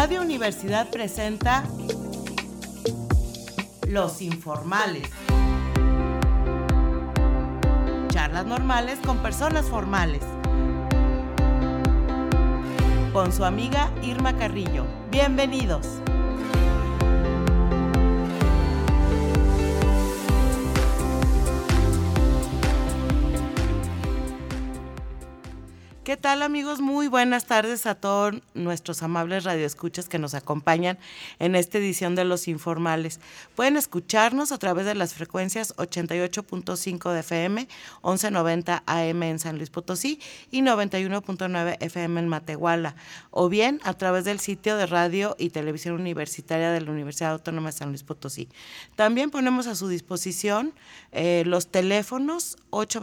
Radio Universidad presenta Los Informales. Charlas normales con personas formales. Con su amiga Irma Carrillo. Bienvenidos. ¿Qué tal, amigos? Muy buenas tardes a todos nuestros amables radioescuchas que nos acompañan en esta edición de Los Informales. Pueden escucharnos a través de las frecuencias 88.5 de FM, 1190 AM en San Luis Potosí y 91.9 FM en Matehuala, o bien a través del sitio de radio y televisión universitaria de la Universidad Autónoma de San Luis Potosí. También ponemos a su disposición los teléfonos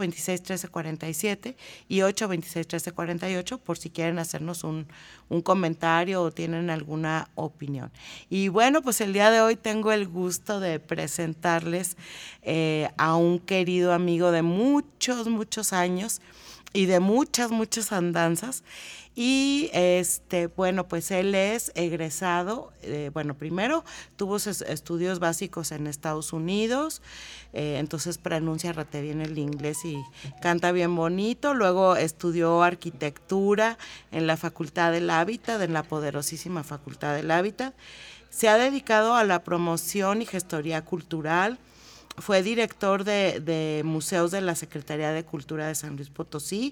826-1347 y 826-1348 por si quieren hacernos un comentario o tienen alguna opinión. Y bueno, pues el día de hoy tengo el gusto de presentarles a un querido amigo de muchos años y de muchas andanzas. Y bueno, pues él es egresado, primero tuvo sus estudios básicos en Estados Unidos, entonces pronuncia rete bien el inglés y canta bien bonito. Luego estudió arquitectura en la Facultad del Hábitat, en la poderosísima Facultad del Hábitat. Se ha dedicado a la promoción y gestoría cultural. Fue director de museos de la Secretaría de Cultura de San Luis Potosí.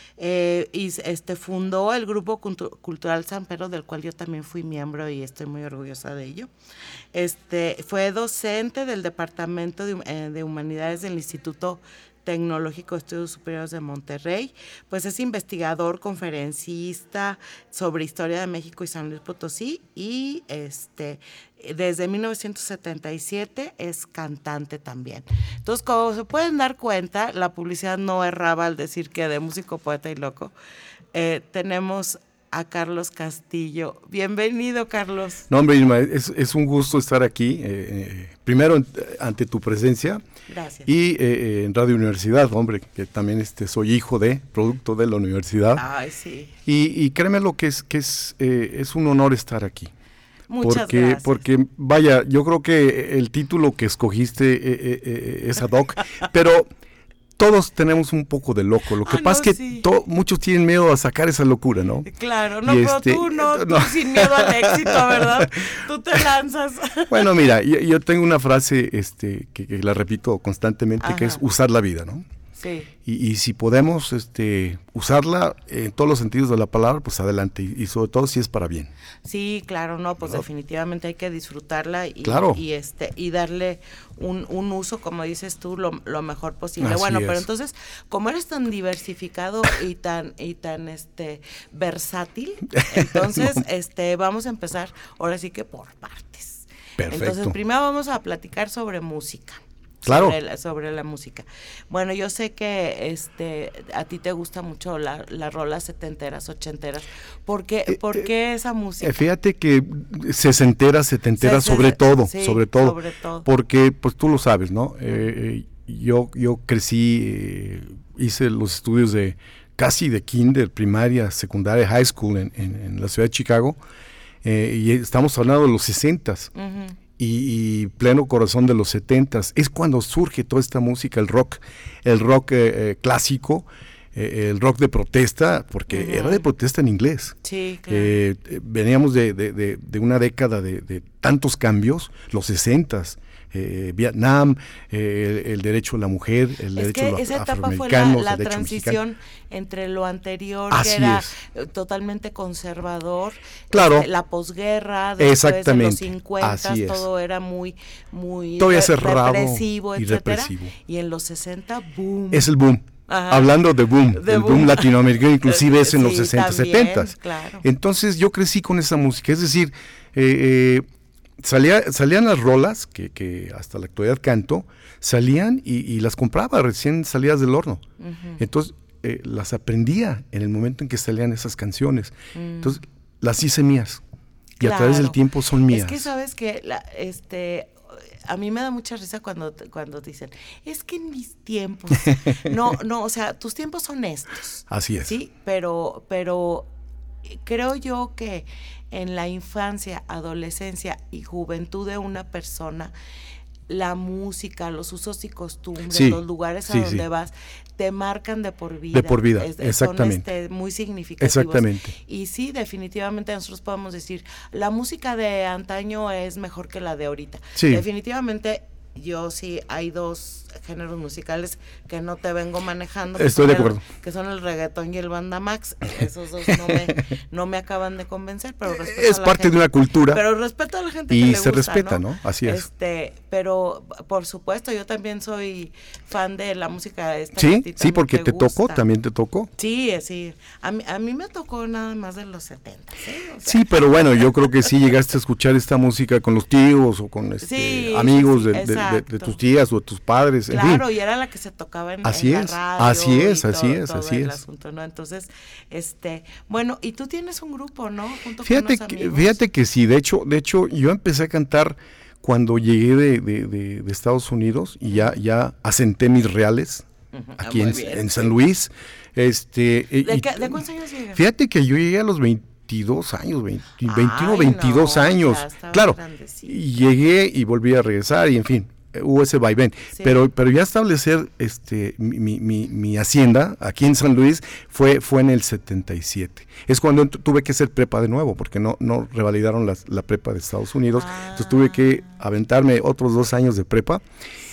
Y fundó el Grupo Cultural San Pedro, del cual yo también fui miembro y estoy muy orgullosa de ello. Fue docente del Departamento de Humanidades del Instituto Tecnológico de Estudios Superiores de Monterrey, pues es investigador, conferencista sobre historia de México y San Luis Potosí y desde 1977 es cantante también. Entonces, como se pueden dar cuenta, la publicidad no erraba al decir que de músico, poeta y loco. Tenemos a Carlos Castillo. Bienvenido, Carlos. No, hombre, Irma, es un gusto estar aquí, primero ante tu presencia. Gracias. Y en Radio Universidad, hombre, que también soy hijo producto de la universidad. Ay, sí. Y créeme lo que es un honor estar aquí. Muchas gracias. Porque, vaya, yo creo que el título que escogiste es ad hoc, pero todos tenemos un poco de loco. Lo que pasa es que muchos tienen miedo a sacar esa locura, ¿no? Claro, no, pero tú no, tú sin miedo al éxito, ¿verdad? Tú te lanzas. Bueno, mira, yo tengo una frase que la repito constantemente, que es usar la vida, ¿no? Sí. Y si podemos usarla en todos los sentidos de la palabra, pues adelante, y sobre todo si es para bien. Sí, claro, no, pues claro. Definitivamente hay que disfrutarla y, claro. y darle un uso, como dices tú, lo mejor posible. Así bueno, es. pero entonces, como eres tan diversificado y tan versátil, entonces vamos a empezar ahora sí que por partes. Perfecto. Entonces, primero vamos a platicar sobre música. Claro. Sobre la música. Bueno, yo sé que a ti te gusta mucho las rolas setenteras, ochenteras. ¿Por qué esa música? Fíjate que sesenteras, sobre todo. Porque, pues tú lo sabes, ¿no? Yo crecí, hice los estudios casi de kinder, primaria, secundaria, high school en la ciudad de Chicago, y estamos hablando de los 60s. Uh-huh. Y pleno corazón de los 70s, es cuando surge toda esta música, el rock clásico, el rock de protesta, porque uh-huh. era de protesta en inglés. Sí, claro. Veníamos de una década de tantos cambios, los 60s, Vietnam, el derecho a la mujer, el derecho a los afroamericanos, la transición entre lo anterior, así que era totalmente conservador, claro. La posguerra, después de los 50, todo era muy represivo, etcétera. Y en los 60, boom. Es el boom. Ajá. Hablando de boom, boom latinoamericano, inclusive es en los 60, también, 70. Claro. Entonces yo crecí con esa música, es decir, salían las rolas, que hasta la actualidad canto, salían y las compraba recién salidas del horno. Uh-huh. Entonces las aprendía en el momento en que salían esas canciones. Entonces las hice mías y a través del tiempo son mías. Es que sabes que a mí me da mucha risa cuando dicen, es que en mis tiempos, no, o sea, tus tiempos son estos. Así es. Sí, pero creo yo que en la infancia, adolescencia y juventud de una persona, la música, los usos y costumbres, los lugares a donde vas, te marcan de por vida. De por vida, exactamente. Son muy significativos. Exactamente. Y sí, definitivamente nosotros podemos decir, la música de antaño es mejor que la de ahorita. Sí. Definitivamente, yo sí, hay dos géneros musicales que no te vengo manejando. Estoy de acuerdo. Que son el reggaetón y el bandamax. Esos dos no me acaban de convencer, pero respeto es a la parte gente, de una cultura. Pero respeto a la gente y que le se gusta, respeta, ¿no? Así es. Pero por supuesto, yo también soy fan de la música esta. Sí, porque te tocó, también te tocó. Sí, sí. A mí me tocó nada más de los 70. ¿Sí? O sea, sí, pero bueno, yo creo que sí llegaste a escuchar esta música con los tíos o con amigos de tus tías o de tus padres. Claro, y era la que se tocaba en la radio. Así es. Asunto, ¿no? Entonces, bueno, y tú tienes un grupo, ¿no? Junto fíjate con unos amigos. Fíjate que sí, de hecho, yo empecé a cantar cuando llegué de Estados Unidos y ya asenté mis reales aquí en San Luis. ¿De cuántos años llegas? Fíjate que yo llegué a los 22 años, 21, 22 años. Claro, y llegué y volví a regresar y en fin. Hubo ese vaivén, sí. pero ya establecer mi hacienda aquí en San Luis fue en el 77. Es cuando tuve que hacer prepa de nuevo, porque no revalidaron la prepa de Estados Unidos. Entonces tuve que aventarme otros 2 años de prepa.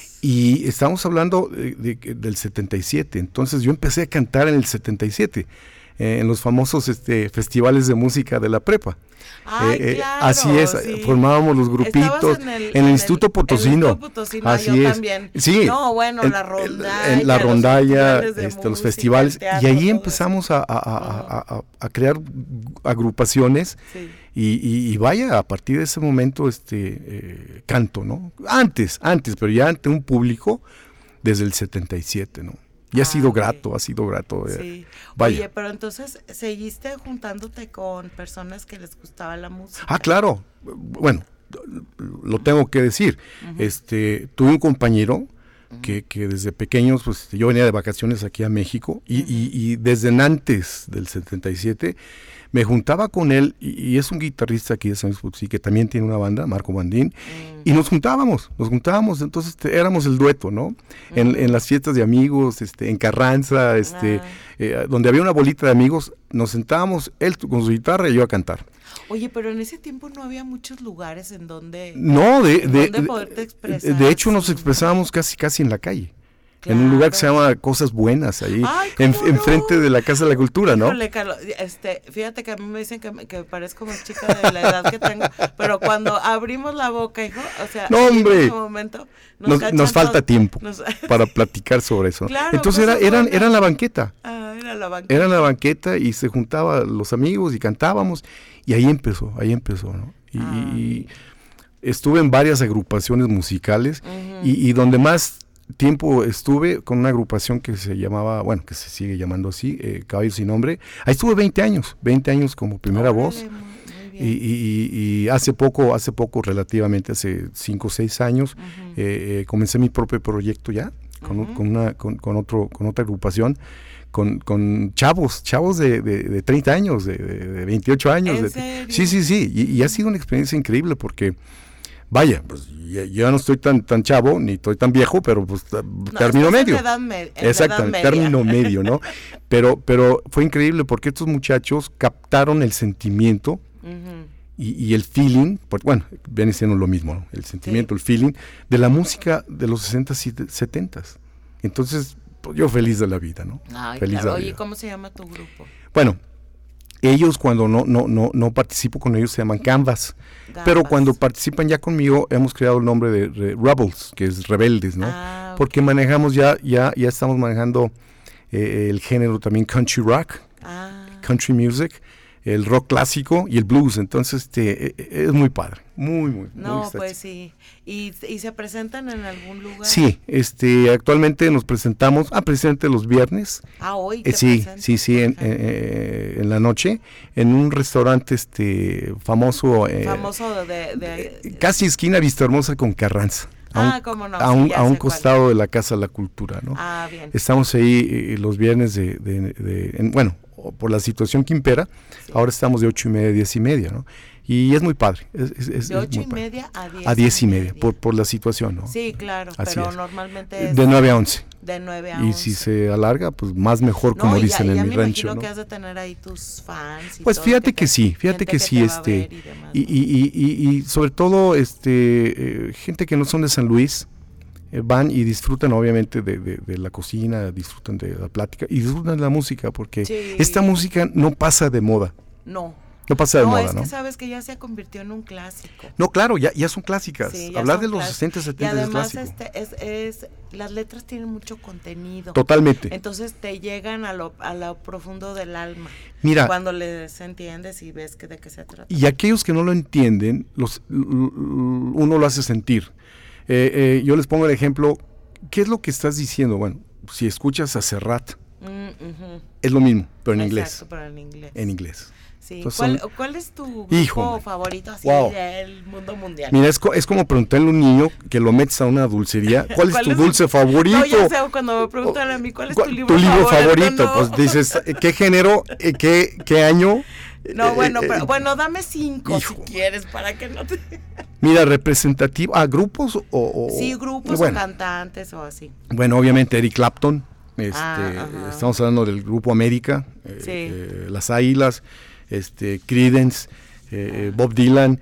Y estamos hablando del 77. Entonces yo empecé a cantar en el 77. En los famosos festivales de música de la prepa. Claro, así es, sí. Formábamos los grupitos en el Instituto Potosino. Así yo es. También. Sí. No, bueno, la rondalla. La rondalla, los festivales. Teatro, y ahí empezamos a crear agrupaciones. Sí. Y vaya, a partir de ese momento canto, ¿no? Antes, pero ya ante un público desde el 77, ¿no? Y ha sido grato. Sí. Vaya. Oye, pero entonces, ¿seguiste juntándote con personas que les gustaba la música? Claro. Bueno, lo tengo que decir. Tuve un compañero que desde pequeños, pues yo venía de vacaciones aquí a México y desde antes del 77 me juntaba con él, y es un guitarrista aquí de San Luis Potosí que también tiene una banda, Marco Bandín, y nos juntábamos, entonces éramos el dueto, ¿no? En las fiestas de amigos, en Carranza, donde había una bolita de amigos, nos sentábamos, él con su guitarra y yo a cantar. Oye, pero en ese tiempo no había muchos lugares en donde poderte expresar. De hecho, nos expresábamos casi en la calle. Claro. En un lugar que se llama Cosas Buenas, ahí, enfrente de la Casa de la Cultura, ¿no? Híjole, Carlos, fíjate que a mí me dicen que parezco más chica de la edad que tengo, pero cuando abrimos la boca, hijo, o sea, no, hombre, en ese momento nos falta tiempo para platicar sobre eso. Claro, entonces era la banqueta. Era la banqueta. Era la banqueta y se juntaban los amigos y cantábamos, y ahí empezó, ¿no? Y estuve en varias agrupaciones musicales, y donde más tiempo estuve con una agrupación que se llamaba, bueno, que se sigue llamando así, Caballos Sin Nombre. Ahí estuve 20 años como primera voz. Y hace poco, relativamente hace 5 o 6 años, comencé mi propio proyecto ya, con otra agrupación, con chavos de 30 años, de 28 años. ¿En serio? Sí, y ha sido una experiencia increíble porque, vaya, pues yo no estoy tan chavo, ni estoy tan viejo, pero pues término medio. Exactamente, término medio, ¿no? Pero fue increíble porque estos muchachos captaron el sentimiento y el feeling, porque, bueno, viene siendo lo mismo, ¿no? El sentimiento, el feeling de la música de los 60s y 70s. Entonces, pues yo feliz de la vida, ¿no? Ay, feliz claro. de la Oye, vida. ¿cómo se llama tu grupo? Bueno, ellos cuando no participo con ellos se llaman Canvas, pero cuando participan ya conmigo hemos creado el nombre de Rebels, que es rebeldes, ¿no? Okay. Porque manejamos ya estamos manejando el género también country rock, country music, el rock clásico y el blues, entonces es muy padre, muy no, pues sí. ¿Y se presentan en algún lugar? Sí, actualmente nos presentamos, precisamente los viernes. Hoy. Sí, en la noche, en un restaurante famoso. Famoso de casi esquina Vista Hermosa con Carranza. Cómo no. A un costado de la Casa de la Cultura, ¿no? Bien. Estamos ahí los viernes por la situación que impera, ahora estamos de 8:30 a 10:30, ¿no? Y es muy padre. De 8:30 a 10:30, por la situación, ¿no? Sí, claro, así pero normalmente es de 9 a 11. De 9 a 11. Y si se alarga, pues más mejor, como dicen en mi rancho, ¿no? Me imagino que has de tener ahí tus fans. Pues fíjate que sí, y sobre todo gente que no son de San Luis, van y disfrutan obviamente de la cocina, disfrutan de la plática y disfrutan de la música, porque esta música no pasa de moda. No pasa de moda, ¿no? No, es que sabes que ya se convirtió en un clásico. No, claro, ya son clásicas. Hablar de los 60, 70 es clásico. Y además las letras tienen mucho contenido. Totalmente. Entonces te llegan a lo profundo del alma. Mira, cuando les entiendes y ves de qué se trata. Y aquellos que no lo entienden, uno lo hace sentir. Yo les pongo el ejemplo, ¿qué es lo que estás diciendo? Bueno, si escuchas a Serrat, es lo mismo, pero en inglés. Exacto, pero en inglés. En inglés. Sí. ¿Cuál es tu grupo favorito así del mundo mundial? Mira, es como preguntarle a un niño que lo metes a una dulcería, ¿cuál es tu dulce favorito? No, ya sé, cuando me preguntan a mí, ¿cuál es tu libro favorito? No. Pues dices, ¿qué género, qué año? No, bueno, dame 5 si quieres, para que no te... Mira, representativo, ¿grupos o...? Sí, grupos o cantantes o así. Bueno, obviamente Eric Clapton, estamos hablando del Grupo América, Las Águilas, Creedence, Bob Dylan,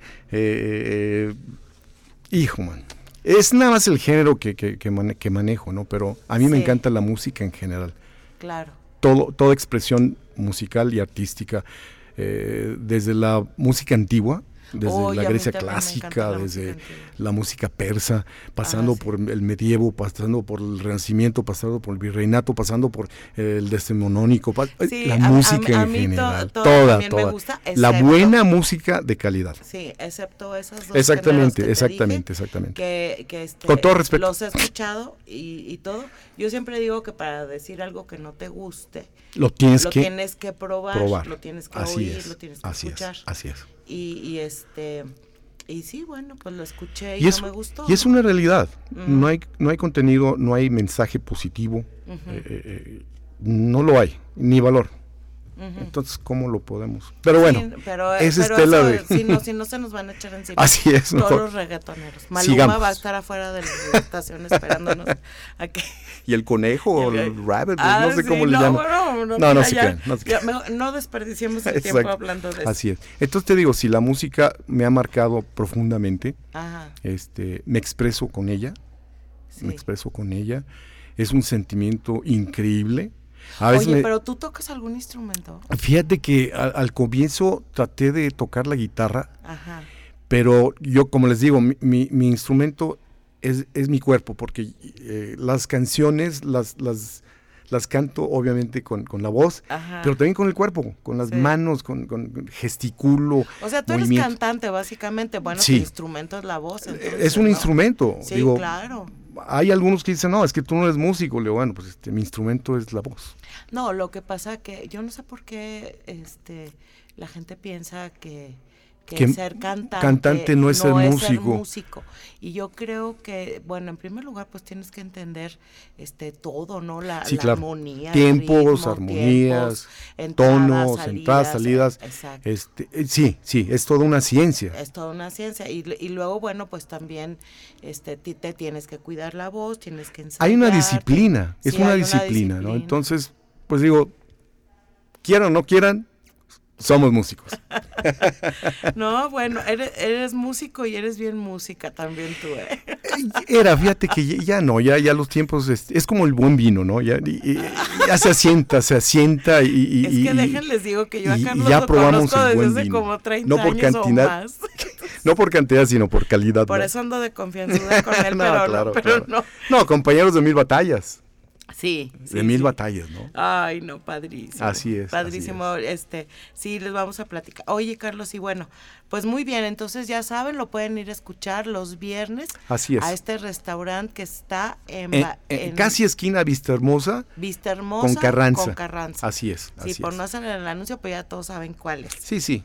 man, es nada más el género que manejo, ¿no? Pero a mí me encanta la música en general. Claro. Toda expresión musical y artística, desde la música antigua, desde la Grecia clásica, desde la música persa, pasando por el medievo, pasando por el Renacimiento, pasando por el virreinato, pasando por el decimonónico, la música en general, toda. Me gusta, la buena música de calidad. Sí, excepto esas dos. Exactamente. Que con todo respeto. Los he escuchado y todo. Yo siempre digo que para decir algo que no te guste, lo tienes que probar, lo tienes que oír, lo tienes que escuchar. Así es. Y sí, bueno, pues lo escuché y no me gustó. Y es una realidad. No hay contenido, no hay mensaje positivo, no lo hay, ni valor. Entonces, ¿cómo lo podemos? Pero bueno, esa es tela de... Si no se nos van a echar encima. Así es. Todos los reggaetoneros. Maluma va a estar afuera de la estación esperándonos a que... Y el conejo o el rabbit, no sé cómo le llaman. No se crean. No desperdiciemos el tiempo hablando de eso. Así es. Entonces te digo, si la música me ha marcado profundamente, me expreso con ella, es un sentimiento increíble. Oye, pero ¿tú tocas algún instrumento? Fíjate que al comienzo traté de tocar la guitarra, pero yo, como les digo, mi instrumento es mi cuerpo, porque las canciones las canto obviamente con la voz, pero también con el cuerpo, con las manos, con gesticulo. O sea, tú eres cantante básicamente, bueno, tu instrumento es la voz. Entonces, es un instrumento. Sí, digo, claro. Hay algunos que dicen, no, es que tú no eres músico. Le digo, bueno, pues mi instrumento es la voz. No, lo que pasa que yo no sé por qué la gente piensa que ser cantante no es ser músico. Y yo creo que, bueno, en primer lugar, pues tienes que entender todo, ¿no? La armonía, tiempos, ritmo, armonías, tonos, entradas, salidas. Exacto. Sí, es toda una ciencia. Es toda una ciencia. Y luego, bueno, pues también te tienes que cuidar la voz, tienes que ensayar. Hay una disciplina, es una disciplina, ¿no? Entonces, pues digo, quieran o no quieran, somos músicos. No, bueno, eres músico y eres bien música también tú, Fíjate que ya los tiempos, es como el buen vino, ¿no? Ya se asienta y... Es que déjenles digo que yo a Carlos ya lo probamos conozco el buen desde hace vino. como 30 años o más. No por cantidad, sino por calidad. Por eso ando de confianzuda con él, pero no. No, compañeros de 1000 batallas. Sí. De 1000 batallas, ¿no? Ay, no, padrísimo. Así es. Padrísimo, sí, les vamos a platicar. Oye, Carlos, y bueno, pues muy bien, entonces ya saben, lo pueden ir a escuchar los viernes. Así es. A este restaurante que está en casi esquina Vista Hermosa. Con Carranza. Así es. Sí, por no hacer el anuncio, pues ya todos saben cuál es. Sí.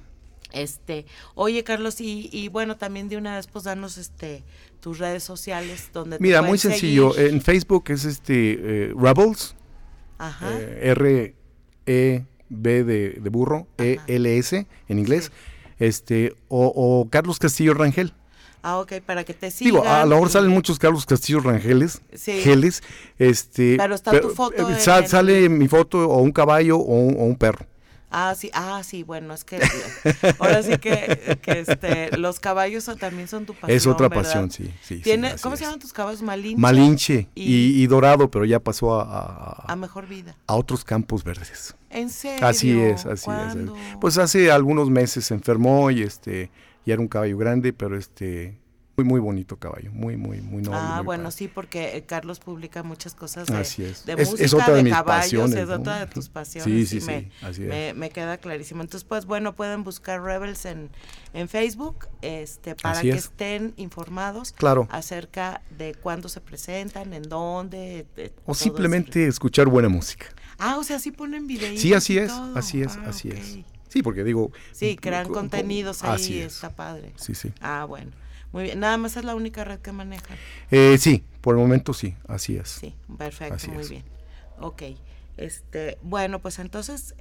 Oye, Carlos, y bueno, también de una vez, pues danos tus redes sociales donde te Mira, muy sencillo, en Facebook es Rebels, B de burro, ELS en inglés, o Carlos Castillo Rangel. Ah, ok, para que te sigan. Digo, a lo mejor salen muchos Carlos Castillo Rangeles, geles, pero está tu foto. Sale mi foto, o un caballo, o un perro. Ah, sí, bueno, es que ahora sí que los caballos también son tu pasión. Es otra ¿verdad? pasión, sí. ¿Cómo se llaman tus caballos? Malinche. Malinche y Dorado, pero ya pasó a mejor vida. A otros campos verdes. ¿En serio? Así es. Pues hace algunos meses se enfermó y era un caballo grande, pero muy, muy bonito caballo, muy, muy, muy noble. Ah, muy bueno, padre. sí, porque Carlos publica muchas cosas así es. de música, es otra de mis caballos, pasiones, es ¿no? otra de tus pasiones. Sí, así es. Me queda clarísimo. Entonces, pues bueno, pueden buscar Rebels en Facebook, para así que es. estén informados acerca de cuándo se presentan, en dónde. O simplemente escuchar buena música. Ah, o sea, sí ponen videos. Sí, así es, todo. así es. Sí, porque digo... Sí, crean contenidos ahí, está padre. Sí. Ah, bueno, muy bien. Nada más es la única red que manejan. Sí, por el momento sí, así es. Sí, perfecto, así muy es. bien. Ok, bueno, pues entonces,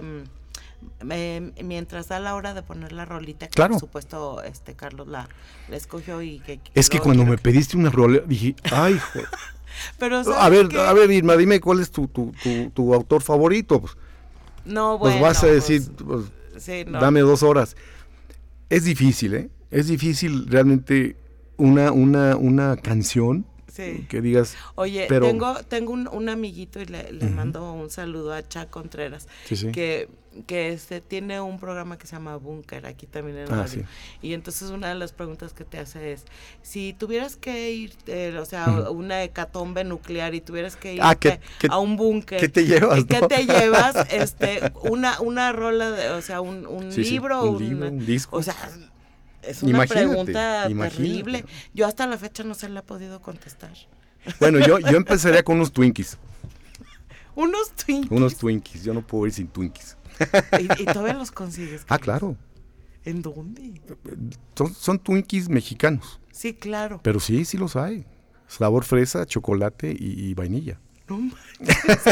mientras da la hora de poner la rolita, que por supuesto, Carlos la escogió y que... Es que cuando me pediste una rola, dije, ay, joder. Pero, a ver, Irma, dime cuál es tu autor favorito. No, bueno. Pues vas a decir, sí, no. Dame 2 horas. Es difícil, ¿eh? Es difícil realmente una canción que digas. Oye, pero... tengo un amiguito y le mando un saludo a Cha Contreras, que tiene un programa que se llama Búnker, aquí también en radio. Sí. Y entonces una de las preguntas que te hace es, si tuvieras que ir, una hecatombe nuclear y tuvieras que ir a un búnker, ¿qué te llevas? ¿Qué te llevas? Una rola, un libro, un disco. O sea, es una pregunta terrible. Yo hasta la fecha no se la he podido contestar. Bueno, yo empezaría con unos Twinkies. ¿Unos Twinkies? Unos Twinkies, yo no puedo ir sin Twinkies. ¿Y todavía los consigues? Claro. ¿En dónde? Son Twinkies mexicanos. Sí, claro. Pero sí los hay. Sabor fresa, chocolate y vainilla. No manches.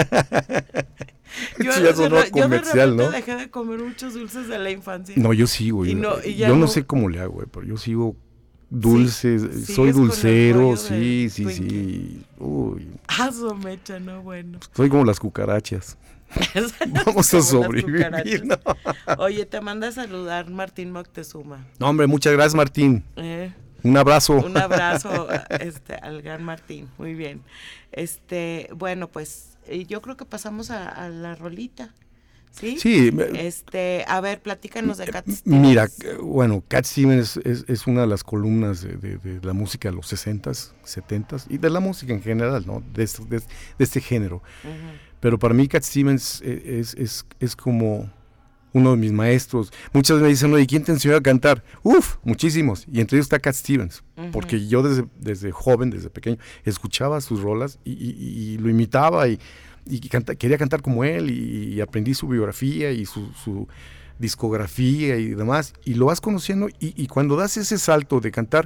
Yo comercial, de repente dejé de comer muchos dulces de la infancia. No, yo sigo. Yo no sé cómo le hago, pero yo sigo dulces, soy dulcero, sí. Uy. Mecha, no, bueno. Soy como las cucarachas. Vamos a sobrevivir, ¿no? Oye, te manda a saludar Martín Moctezuma. No, hombre, muchas gracias, Martín. Un abrazo. Un abrazo al gran Martín, muy bien. Bueno, pues yo creo que pasamos a la rolita, ¿sí? Sí. A ver, platícanos de Cat Stevens. Mira, bueno, Cat Stevens es una de las columnas de la música de los 60s, 70s y de la música en general, ¿no? De este género. Pero para mí Cat Stevens es como uno de mis maestros. Muchas veces me dicen, oye, ¿quién te enseñó a cantar? Muchísimos. Y entre ellos está Cat Stevens. Porque yo desde joven, desde pequeño, escuchaba sus rolas y lo imitaba y quería cantar como él y aprendí su biografía y su discografía y demás. Y lo vas conociendo y cuando das ese salto de cantar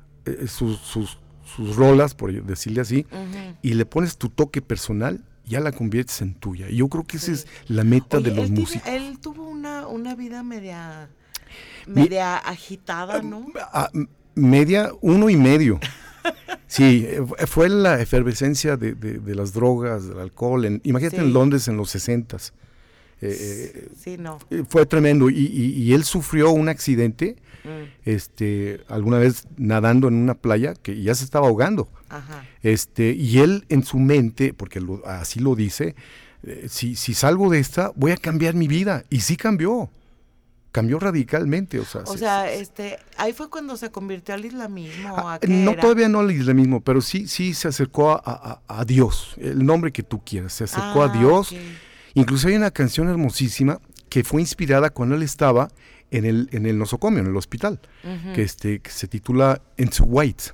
sus rolas, por decirle así, y le pones tu toque personal, ya la conviertes en tuya. Y yo creo que esa es la meta de los músicos. Él tuvo una vida media agitada, ¿no? Media, 1.5. Sí, fue la efervescencia de las drogas, del alcohol. Imagínate en Londres en los 60s. Sí, no. Fue tremendo. Y él sufrió un accidente alguna vez nadando en una playa que ya se estaba ahogando. Ajá. Y él en su mente, porque así lo dice, si salgo de esta, voy a cambiar mi vida. Y sí cambió radicalmente. Ahí fue cuando se convirtió al islamismo. Todavía no al islamismo, pero sí se acercó a Dios, el nombre que tú quieras, se acercó a Dios. Okay. Incluso hay una canción hermosísima que fue inspirada cuando él estaba en el nosocomio, en el hospital, que se titula Into White.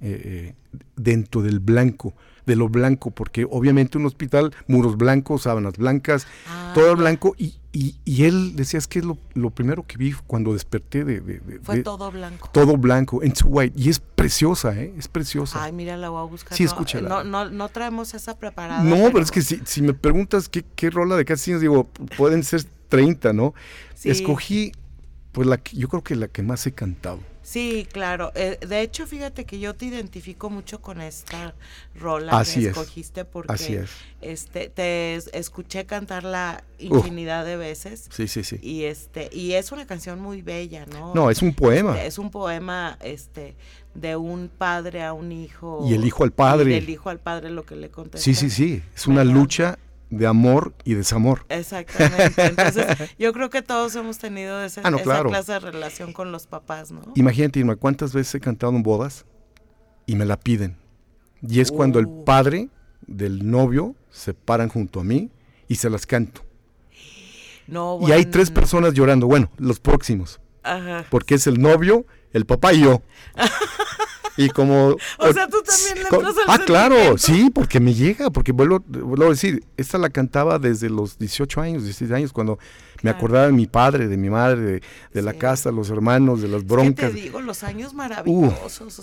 dentro de lo blanco, porque obviamente un hospital, muros blancos, sábanas blancas, todo blanco, y él decía, es que es lo primero que vi cuando desperté fue todo blanco. Todo blanco, Into White, y es preciosa, es preciosa. Ay, mira, la voy a buscar. Sí, escúchala. No traemos esa preparada. No, pero es que si me preguntas qué rola de castings, digo, pueden ser 30, ¿no? Sí. Escogí, pues yo creo que la que más he cantado. Sí, claro. De hecho, fíjate que yo te identifico mucho con esta rola que escogiste porque te escuché cantarla infinidad de veces. Sí. Y es una canción muy bella, ¿no? No, es un poema. Es un poema de un padre a un hijo. Y el hijo al padre. Y del hijo al padre lo que le contesta. Sí. Es una lucha de amor y desamor. Exactamente. Entonces, yo creo que todos hemos tenido esa clase de relación con los papás, ¿no? Imagínate, Irma, cuántas veces he cantado en bodas y me la piden. Y es cuando el padre del novio se paran junto a mí y se las canto. No, y hay 3 personas llorando, los próximos. Ajá. Porque es el novio, el papá y yo. Y como... O sea, tú también le entras al claro, sí, porque me llega, porque vuelvo a decir, esta la cantaba desde los 18 años, 16 años, cuando me acordaba de mi padre, de mi madre, de la casa, los hermanos, de las broncas. Es que te digo, los años maravillosos,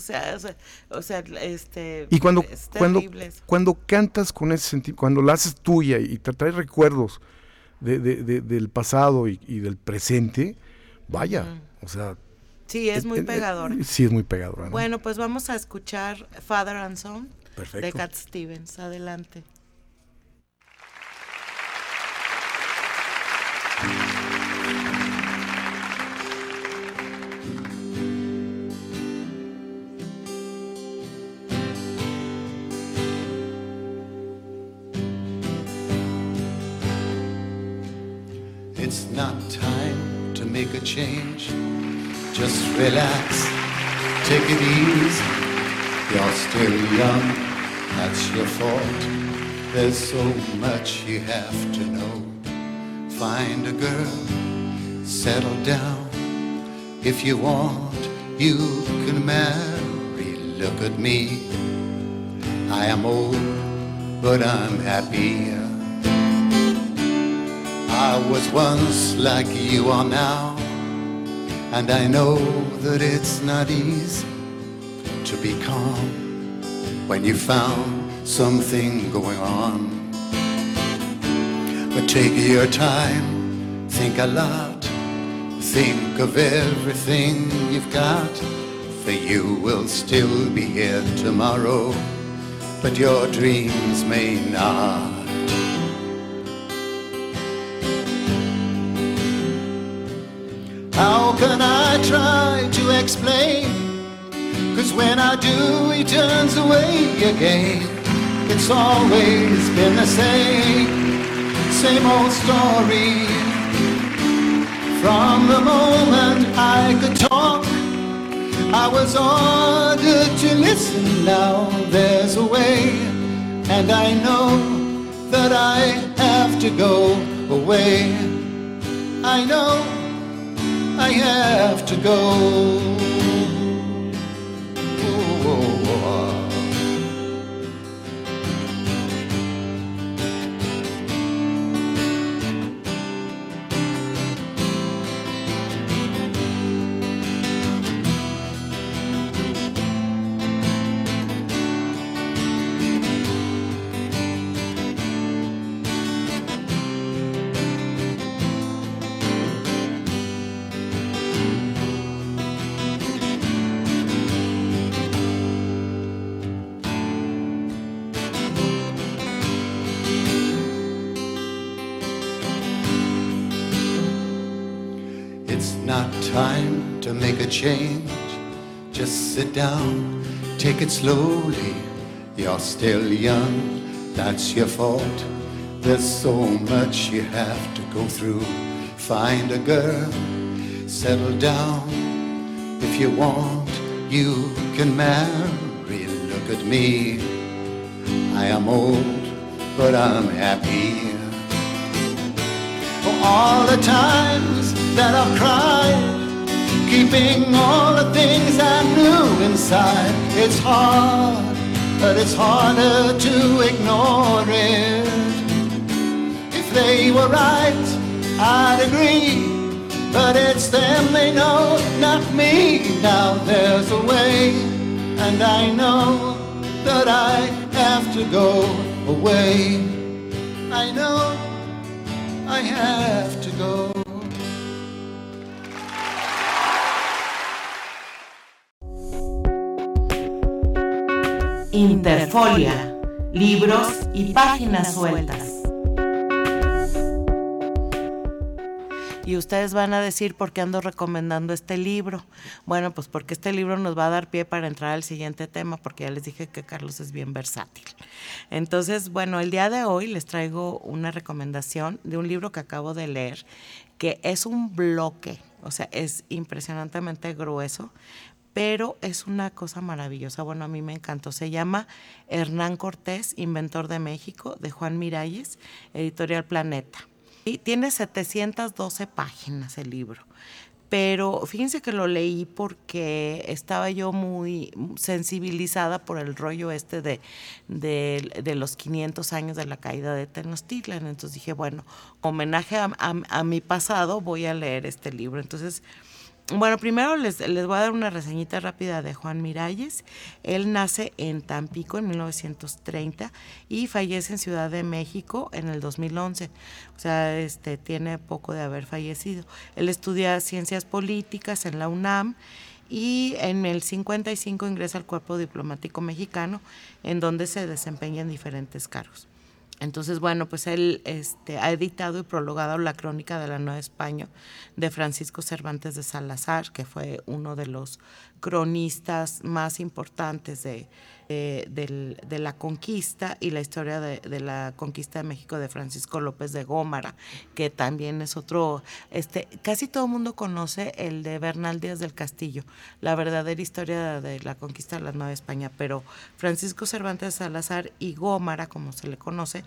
y cuando cantas con ese sentido, cuando la haces tuya y te traes recuerdos del pasado y del presente, vaya, o sea... Sí, es muy pegadora. Sí, es muy pegadora, ¿no? Bueno, pues vamos a escuchar Father and Son. Perfecto. De Cat Stevens. Adelante. It's not time to make a change. Just relax, take it easy. You're still young, that's your fault. There's so much you have to know. Find a girl, settle down. If you want, you can marry. Look at me, I am old, but I'm happy. I was once like you are now, and I know that it's not easy to be calm when you found something going on. But take your time, think a lot, think of everything you've got. For you will still be here tomorrow, but your dreams may not. How can I try to explain? 'Cause when I do, he turns away again. It's always been the same old story. From the moment I could talk, I was ordered to listen. Now there's a way, and I know that I have to go away. I know I have to go. Time to make a change. Just sit down, take it slowly. You're still young, that's your fault. There's so much you have to go through. Find a girl, settle down. If you want, you can marry. Look at me, I am old, but I'm happy. For all the times that I've cried, keeping all the things I knew inside. It's hard, but it's harder to ignore it. If they were right, I'd agree, but it's them they know, not me. Now there's a way, and I know that I have to go away. I know I have to go. Interfolia, libros y páginas sueltas. Y ustedes van a decir por qué ando recomendando este libro. Bueno, pues porque este libro nos va a dar pie para entrar al siguiente tema, porque ya les dije que Carlos es bien versátil. Entonces, bueno, el día de hoy les traigo una recomendación de un libro que acabo de leer, que es un bloque, o sea, es impresionantemente grueso, pero es una cosa maravillosa. Bueno, a mí me encantó. Se llama Hernán Cortés, Inventor de México, de Juan Miralles, Editorial Planeta. Y tiene 712 páginas el libro, pero fíjense que lo leí porque estaba yo muy sensibilizada por el rollo este de los 500 años de la caída de Tenochtitlan. Entonces dije, bueno, homenaje a mi pasado, voy a leer este libro. Entonces, bueno, primero les voy a dar una reseñita rápida de Juan Miralles. Él nace en Tampico en 1930 y fallece en Ciudad de México en el 2011. O sea, tiene poco de haber fallecido. Él estudia Ciencias Políticas en la UNAM y en el 55 ingresa al Cuerpo Diplomático Mexicano, en donde se desempeña en diferentes cargos. Entonces, bueno, pues él ha editado y prologado la Crónica de la Nueva España de Francisco Cervantes de Salazar, que fue uno de los cronistas más importantes de la conquista, y la historia de la conquista de México de Francisco López de Gómara, que también es otro, casi todo el mundo conoce el de Bernal Díaz del Castillo, la verdadera historia de la conquista de la Nueva España, pero Francisco Cervantes de Salazar y Gómara, como se le conoce,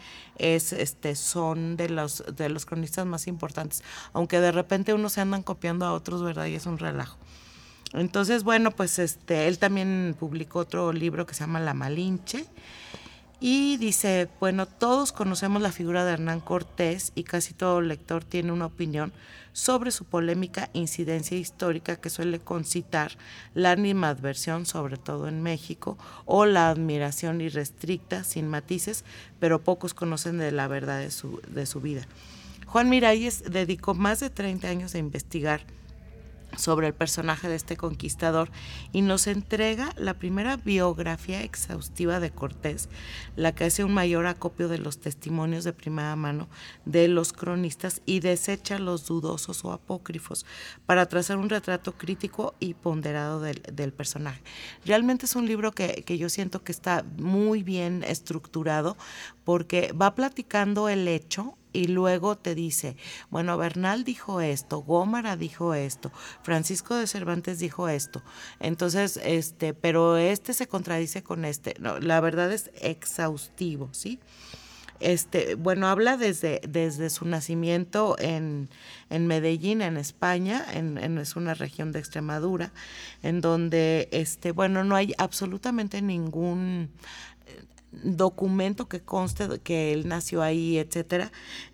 son de los cronistas más importantes, aunque de repente unos se andan copiando a otros, ¿verdad? Y es un relajo. Entonces, bueno, pues él también publicó otro libro que se llama La Malinche, y dice, bueno, todos conocemos la figura de Hernán Cortés y casi todo lector tiene una opinión sobre su polémica incidencia histórica que suele concitar la animadversión, sobre todo en México, o la admiración irrestricta, sin matices, pero pocos conocen de la verdad de su vida. Juan Miralles dedicó más de 30 años a investigar sobre el personaje de este conquistador y nos entrega la primera biografía exhaustiva de Cortés, la que hace un mayor acopio de los testimonios de primera mano de los cronistas y desecha los dudosos o apócrifos para trazar un retrato crítico y ponderado del personaje. Realmente es un libro que yo siento que está muy bien estructurado, porque va platicando el hecho y luego te dice, bueno, Bernal dijo esto, Gómara dijo esto, Francisco de Cervantes dijo esto, entonces, pero se contradice con No, la verdad es exhaustivo, ¿sí? Bueno, habla desde su nacimiento en Medellín, en España, es una región de Extremadura, en donde, bueno, no hay absolutamente ningún documento que conste que él nació ahí, etcétera,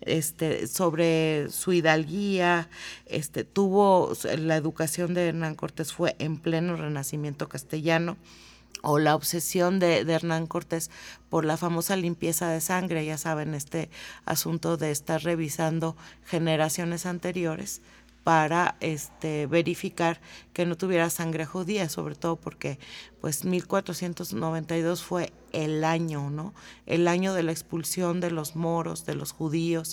sobre su hidalguía, tuvo la educación de Hernán Cortés fue en pleno Renacimiento castellano, o la obsesión de Hernán Cortés por la famosa limpieza de sangre, ya saben, asunto de estar revisando generaciones anteriores para verificar que no tuviera sangre judía, sobre todo porque pues 1492 fue el año, ¿no? El año de la expulsión de los moros, de los judíos,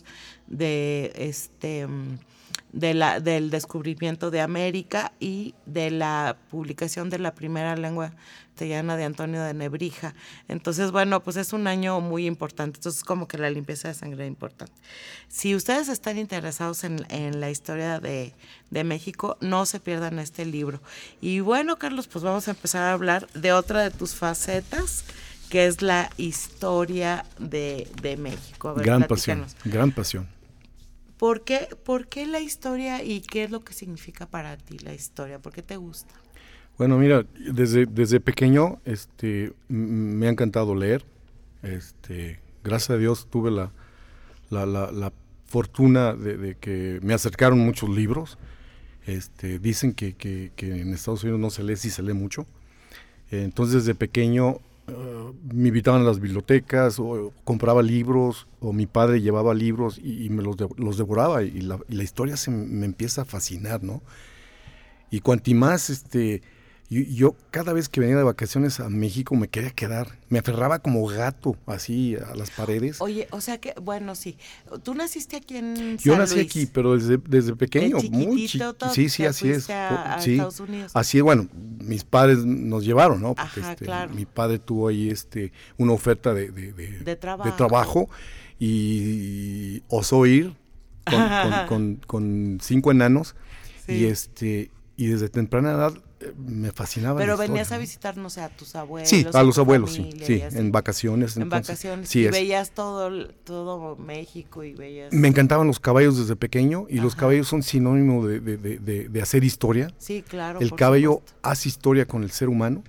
del descubrimiento de América y de la publicación de la primera lengua castellana de Antonio de Nebrija. Entonces, bueno, pues es un año muy importante. Entonces, como que la limpieza de sangre es importante. Si ustedes están interesados en la historia de México, no se pierdan este libro. Y bueno, Carlos, pues vamos a empezar a hablar de otra de tus facetas, que es la historia de México. A ver, gran pasión. ¿Por qué la historia y qué es lo que significa para ti la historia? ¿Por qué te gusta? Bueno, mira, desde pequeño me ha encantado leer. Gracias a Dios tuve la fortuna de que me acercaron muchos libros. Dicen que en Estados Unidos no se lee, sí se lee mucho. Entonces desde pequeño me invitaban a las bibliotecas o compraba libros, o mi padre llevaba libros y me los devoraba, y la historia me empieza a fascinar, ¿no? Y cuanto más yo cada vez que venía de vacaciones a México me quería quedar, me aferraba como gato así a las paredes. Oye, o sea que, bueno, sí, tú naciste aquí en San Luis. Yo nací aquí, pero desde pequeño, muy chiquito. Sí, así es. A sí, Estados Unidos. Así es, bueno, mis padres nos llevaron, ¿no? Porque Ajá, claro. Mi padre tuvo ahí una oferta de trabajo y osó ir con 5 enanos, sí. Y desde temprana edad me fascinaba. Pero la historia, venías ¿no? a visitar, no sé, a tus abuelos. Sí, a los abuelos, familia, sí, en vacaciones. En vacaciones, sí, y veías todo México y veías... Me encantaban los caballos desde pequeño, y los caballos son sinónimo de hacer historia. Sí, claro. El caballo hace historia con el ser humano,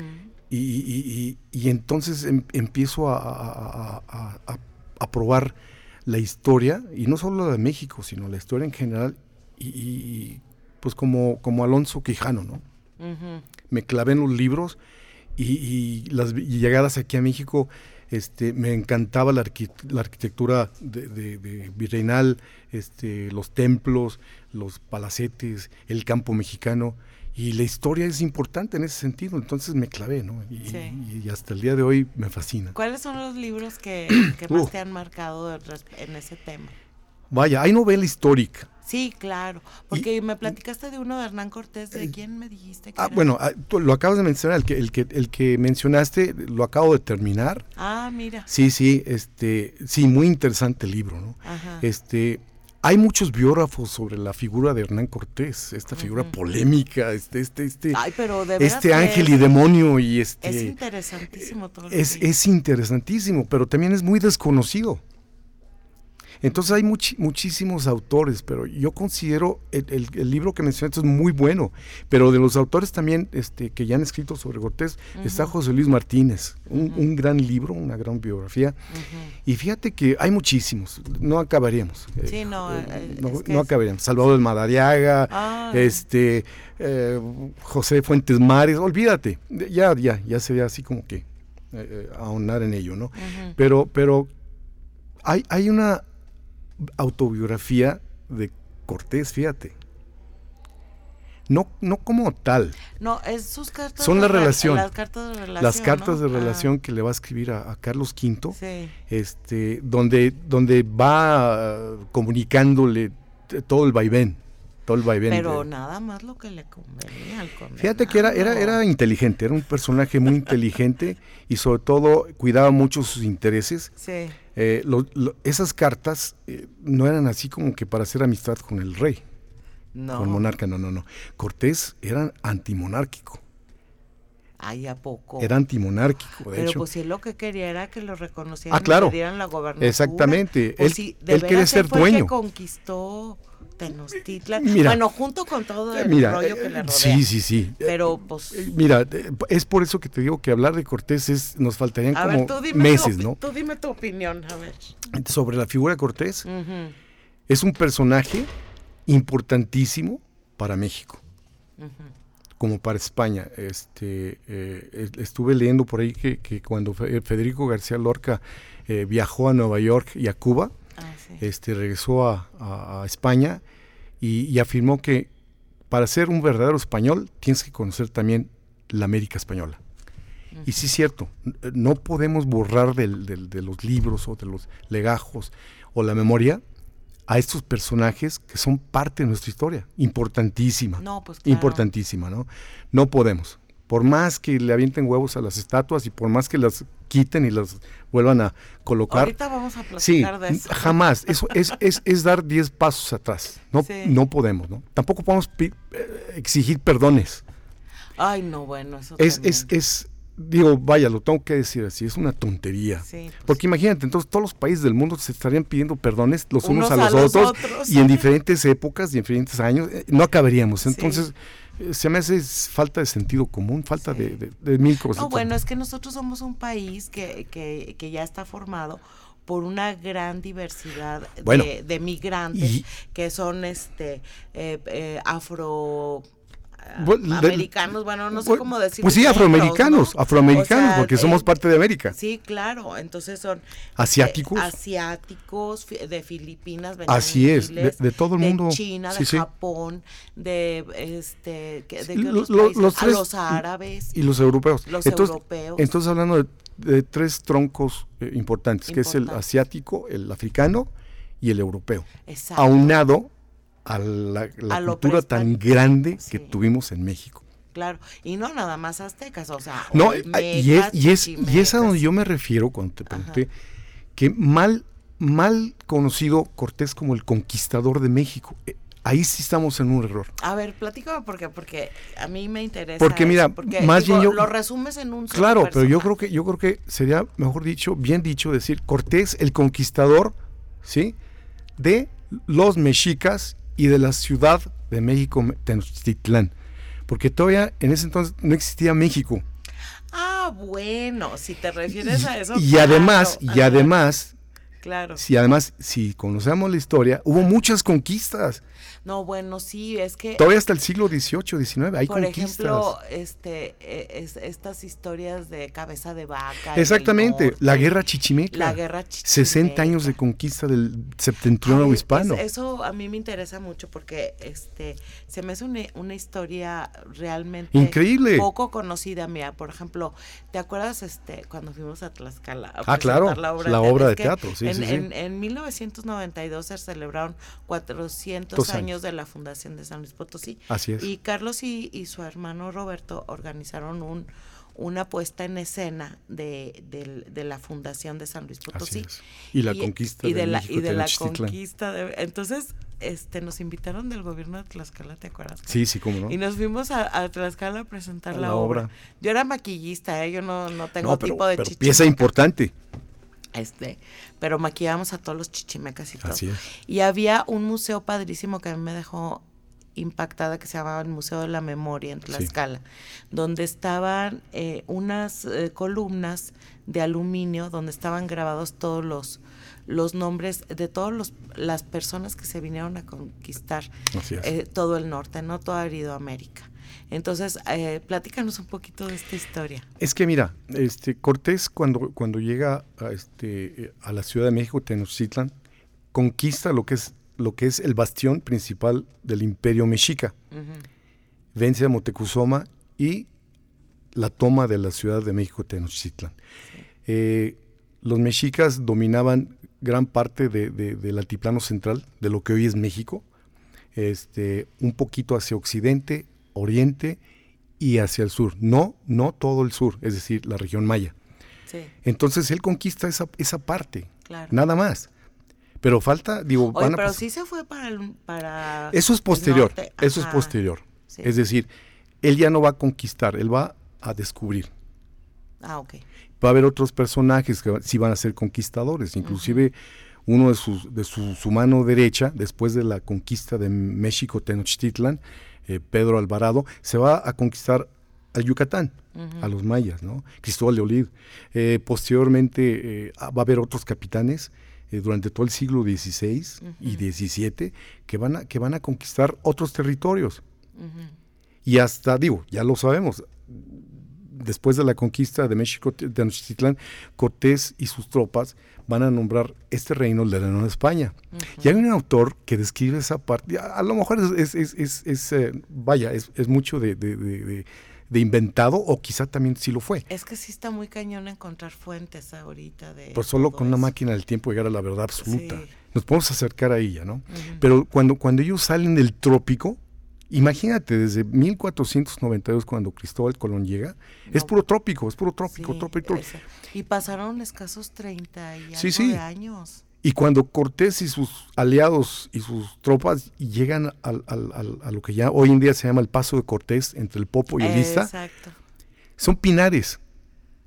y entonces empiezo a probar la historia, y no solo la de México, sino la historia en general, y pues como Alonso Quijano, ¿no? Me clavé en los libros, y las llegadas aquí a México, me encantaba la arquitectura de virreinal, los templos, los palacetes, el campo mexicano, y la historia es importante en ese sentido, entonces me clavé, ¿no? Y hasta el día de hoy me fascina. ¿Cuáles son los libros que más te han marcado en ese tema? Vaya, hay novela histórica. Sí, claro, porque me platicaste de uno de Hernán Cortés. ¿De quién me dijiste que era? Bueno, tú lo acabas de mencionar, el que mencionaste, lo acabo de terminar. Ah, mira. Sí, sí, muy interesante el libro, ¿no? Ajá. Hay muchos biógrafos sobre la figura de Hernán Cortés, esta figura polémica, Ay, pero de veras ángel y demonio, y es interesantísimo todo. Es interesantísimo, pero también es muy desconocido. Entonces hay muchísimos autores, pero yo considero el libro que mencionaste es muy bueno. Pero de los autores también que ya han escrito sobre Cortés, está José Luis Martínez, un gran libro, una gran biografía. Y fíjate que hay muchísimos, no acabaríamos. Sí, no acabaríamos. Salvador del Madariaga, José Fuentes Mares, olvídate, ya sería así como que ahonar en ello, ¿no? Pero hay una autobiografía de Cortés, fíjate. No como tal. No, es sus cartas. Son la relación. Las cartas de relación. Las cartas de relación que le va a escribir a Carlos V, sí. donde va comunicándole todo el vaivén. Pero nada más lo que le convenía al condenado. Fíjate que era inteligente, era un personaje muy inteligente, y sobre todo cuidaba mucho sus intereses. Sí. Esas cartas no eran así como que para hacer amistad con el rey, con el monarca, no. Cortés era antimonárquico. Ay, ¿a poco? Era antimonárquico, de hecho. Pero pues sí, lo que quería era que lo reconocieran, claro, y le dieran la gobernatura. Exactamente, pues él quería ser dueño. El que conquistó Tenochtitlan, bueno, junto con todo el rollo que le rodea. Sí. Pero pues... Mira, es por eso que te digo que hablar de Cortés nos faltarían meses, ¿no? Tú dime tu opinión, a ver. Sobre la figura de Cortés, es un personaje importantísimo para México, como para España. Estuve leyendo por ahí que cuando Federico García Lorca viajó a Nueva York y a Cuba, regresó a España y afirmó que para ser un verdadero español tienes que conocer también la América española. Y sí es cierto, no podemos borrar de los libros o de los legajos o la memoria a estos personajes que son parte de nuestra historia, importantísima. No, pues claro. Importantísima, ¿no? No podemos. Por más que le avienten huevos a las estatuas y por más que las quiten y las vuelvan a colocar. Ahorita vamos a platicar de eso. Jamás. Eso es dar 10 pasos atrás. No podemos, ¿no? Tampoco podemos exigir perdones. Ay, no, bueno, eso es digo, vaya, lo tengo que decir así, es una tontería. Sí, pues, porque imagínate, entonces todos los países del mundo se estarían pidiendo perdones los unos a los otros y en diferentes épocas y en diferentes años, no acabaríamos. Entonces, se me hace falta de sentido común, falta de mil cosas. No, bueno, es que nosotros somos un país que ya está formado por una gran diversidad de migrantes que son afroamericanos, no sé cómo decirlo. Pues sí, afroamericanos, o sea, porque somos parte de América. Sí, claro, entonces son asiáticos, de Filipinas, así es, de todo el mundo, de China, de Japón, de los árabes y los europeos. Europeos. Entonces hablando de tres troncos importantes, que es el asiático, el africano y el europeo. Exacto. Aunado a la cultura tan grande que tuvimos en México. Claro, y no nada más aztecas, o sea, no, y es a donde yo me refiero cuando te pregunté que mal conocido Cortés como el conquistador de México. Ahí sí estamos en un error. A ver, platícame porque a mí me interesa. Porque mira, más bien lo resumes en un solo Claro, personaje. pero yo creo que sería mejor dicho, bien dicho decir Cortés el conquistador, ¿sí? De los mexicas y de la Ciudad de México, Tenochtitlán. Porque todavía en ese entonces no existía México. Ah, bueno, si te refieres a eso. Y además, claro. Si conocemos la historia, hubo muchas conquistas. No, bueno, sí, es que todavía hasta el siglo XVIII, XIX hay conquistas. Por ejemplo, estas historias de cabeza de vaca. Exactamente, la guerra chichimeca. 60 años de conquista del septentrional hispano. Eso a mí me interesa mucho porque se me hace una historia realmente increíble, poco conocida. Mira, por ejemplo, ¿te acuerdas cuando fuimos a Tlaxcala a presentar claro, la obra de teatro? Sí, en 1992 se celebraron 400 años de la fundación de San Luis Potosí. Así es. Y Carlos y su hermano Roberto organizaron una puesta en escena de la fundación de San Luis Potosí. Así es. Y la conquista de México, y de la conquista entonces nos invitaron del gobierno de Tlaxcala, ¿te acuerdas? Sí, cómo no. Y nos fuimos a Tlaxcala a presentar la obra. Yo era maquillista, yo no tengo tipo de pero pieza importante. Pero maquillábamos a todos los chichimecas y todo. Así es. Y había un museo padrísimo que a mí me dejó impactada, que se llamaba el Museo de la Memoria en Tlaxcala, donde estaban unas columnas de aluminio donde estaban grabados todos los nombres de todas las personas que se vinieron a conquistar todo el norte, no toda Aridoamérica. Entonces, platícanos un poquito de esta historia. Es que mira, Cortés cuando llega a la Ciudad de México, Tenochtitlán, conquista lo que es el bastión principal del Imperio Mexica. Uh-huh. Vence a Moctezuma y la toma de la Ciudad de México, Tenochtitlán. Sí. Los mexicas dominaban gran parte del altiplano central, de lo que hoy es México, un poquito hacia occidente, oriente y hacia el sur, no todo el sur, es decir, la región maya. Sí. Entonces él conquista esa parte, claro. Nada más. Pero falta, pero sí se fue para eso es posterior, eso es posterior. Sí. Es decir, él ya no va a conquistar, él va a descubrir. Ah, ok. Va a haber otros personajes que sí van a ser conquistadores, inclusive uno de su mano derecha, después de la conquista de México, Tenochtitlán, Pedro Alvarado, se va a conquistar al Yucatán, a los mayas, ¿no? Cristóbal de Olid. Posteriormente va a haber otros capitanes durante todo el siglo XVI y XVII que van a conquistar otros territorios. Y hasta, ya lo sabemos, después de la conquista de México, Tenochtitlán, Cortés y sus tropas van a nombrar este reino el de la Nueva España. Y hay un autor que describe esa parte, a lo mejor es mucho de inventado, o quizá también sí lo fue. Es que sí está muy cañón encontrar fuentes ahorita de pues solo con una máquina del tiempo llegar a la verdad absoluta. Sí. Nos podemos acercar a ella, ¿no? Pero cuando ellos salen del trópico, imagínate, desde 1492 cuando Cristóbal Colón llega, es puro trópico, trópico. Y pasaron escasos 30 y algo de años. Y cuando Cortés y sus aliados y sus tropas llegan a lo que ya hoy en día se llama el Paso de Cortés, entre el Popo y el Ista, son pinares.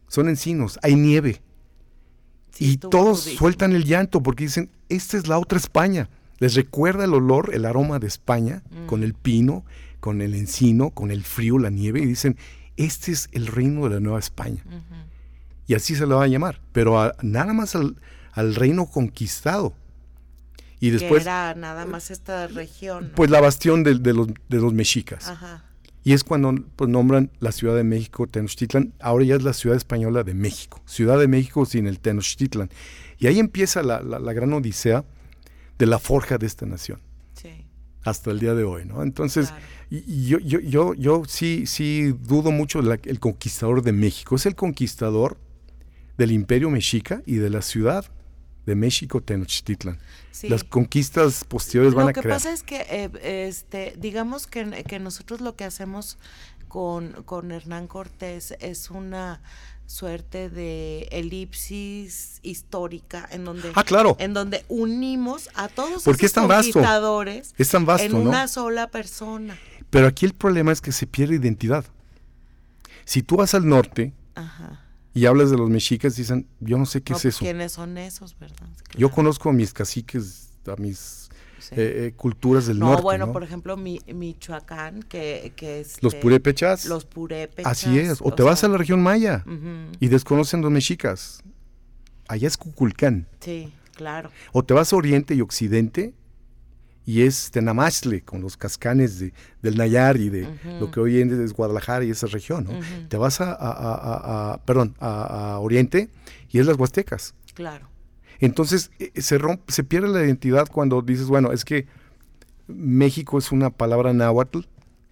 son encinos, hay nieve. Sí, y todos sueltan el llanto porque dicen, esta es la otra España. Les recuerda el olor, el aroma de España, con el pino, con el encino, con el frío, la nieve, y dicen, este es el reino de la Nueva España. Y así se lo va a llamar, pero nada más al reino conquistado. Y después, que era nada más esta región, ¿no? Pues la bastión de los mexicas. Ajá. Y es cuando pues, nombran la Ciudad de México, Tenochtitlan. Ahora ya es la Ciudad Española de México. Ciudad de México sin el Tenochtitlan. Y ahí empieza la gran odisea de la forja de esta nación. Sí. Hasta el día de hoy, ¿no? Entonces, claro. y yo sí dudo mucho el conquistador de México. Es el conquistador del Imperio Mexica y de la Ciudad de México, Tenochtitlan. Sí. Las conquistas posteriores van a crear. Lo que pasa es que, digamos que nosotros lo que hacemos con Hernán Cortés es una suerte de elipsis histórica en donde, claro. en donde unimos a todos esos conquistadores es tan vasto, en una sola persona. Pero aquí el problema es que se pierde identidad. Si tú vas al norte, ajá, y hablas de los mexicas, dicen, yo no sé qué es eso. ¿Quiénes son esos, verdad? Claro. Yo conozco a mis caciques, a mis culturas del norte. Bueno, ¿no? Por ejemplo, Michoacán, que los purépechas. Los purépechas. Así es. O te vas a la región maya y desconocen los mexicas. Allá es Cuculcán. Sí, claro. O te vas a Oriente y Occidente y es Tenamaztle, con los cascanes del Nayar y de lo que hoy en día es Guadalajara y esa región, ¿no? Te vas a Oriente y es las Huastecas. Claro. Entonces se pierde la identidad cuando dices, bueno, es que México es una palabra náhuatl